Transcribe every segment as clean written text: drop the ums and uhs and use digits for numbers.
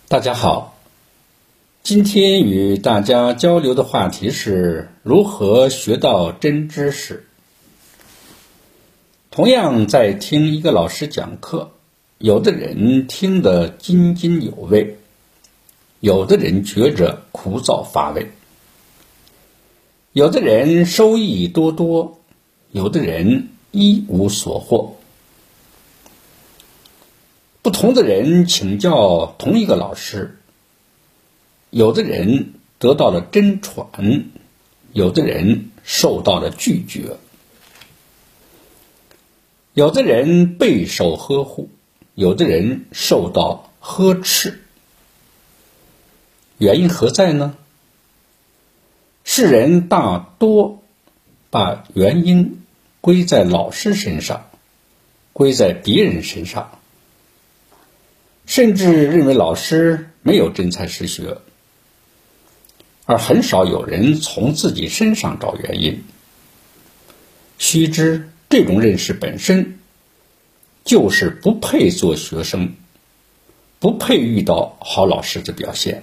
大家好，今天与大家交流的话题是如何学到真知识。同样在听一个老师讲课，有的人听得津津有味，有的人觉着枯燥乏味，有的人收益多多，有的人一无所获。不同的人请教同一个老师，有的人得到了真传，有的人受到了拒绝，有的人备受呵护，有的人受到呵斥。原因何在呢？世人大多把原因归在老师身上，归在别人身上，甚至认为老师没有真才实学，而很少有人从自己身上找原因。须知这种认识本身就是不配做学生，不配遇到好老师的表现。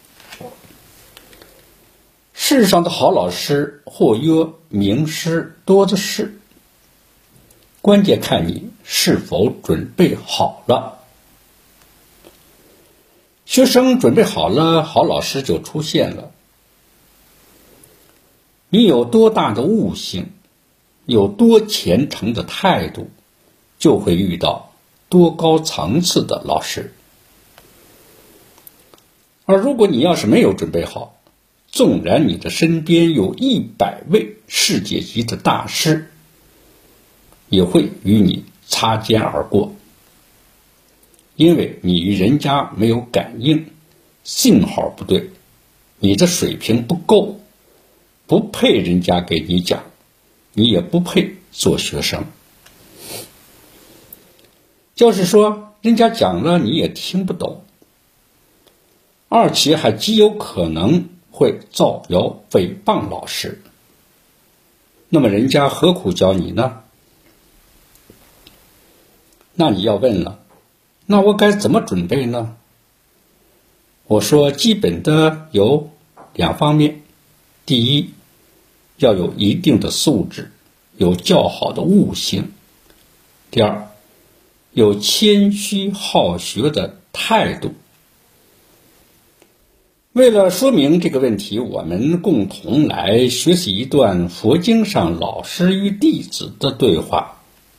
世上的好老师或曰名师多的是，关键看你是否准备好了。学生准备好了，好老师就出现了。你有多大的悟性，有多虔诚的态度，就会遇到多高层次的老师。而如果你要是没有准备好，纵然你的身边有100位世界级的大师，也会与你擦肩而过，因为你与人家没有感应，信号不对，你的水平不够，不配人家给你讲，你也不配做学生。就是说，人家讲了你也听不懂，而且还极有可能会造谣诽谤老师，那么人家何苦教你呢？那你要问了，那我该怎么准备呢？我说基本的有2方面。第一，要有一定的素质，有较好的悟性。第二，有谦虚好学的态度。为了说明这个问题，我们共同来学习一段佛经上老师与弟子的对话。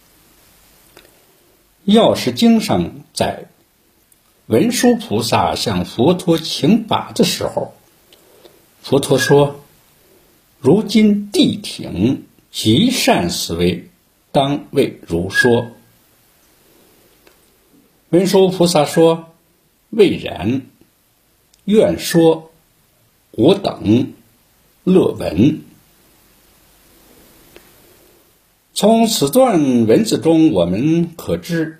药师经上载，文殊菩萨向佛陀请法的时候，佛陀说：如今谛听，极善思维，当为汝说。文殊菩萨说：未然，愿说，我等乐闻。从此段文字中我们可知，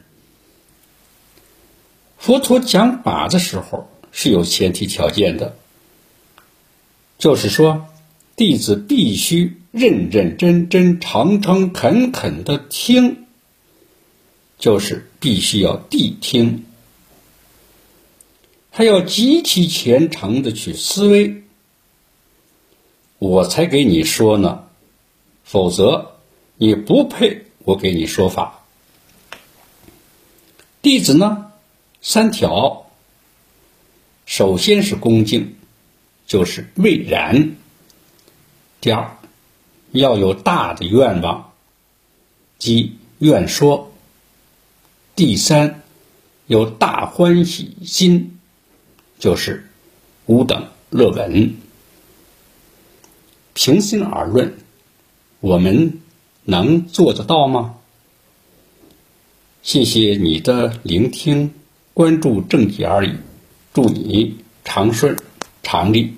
佛陀讲法的时候是有前提条件的，就是说弟子必须认认真真诚诚恳恳的听，就是必须要谛听，还要极其虔诚的去思维，我才给你说呢，否则你不配我给你说法。弟子呢，3条，首先是恭敬，就是未然。第二，要有大的愿望，即愿说。第三，有大欢喜心，就是吾等乐闻。平心而论，我们能做得到吗？谢谢你的聆听，关注正解而已，祝你长顺长利。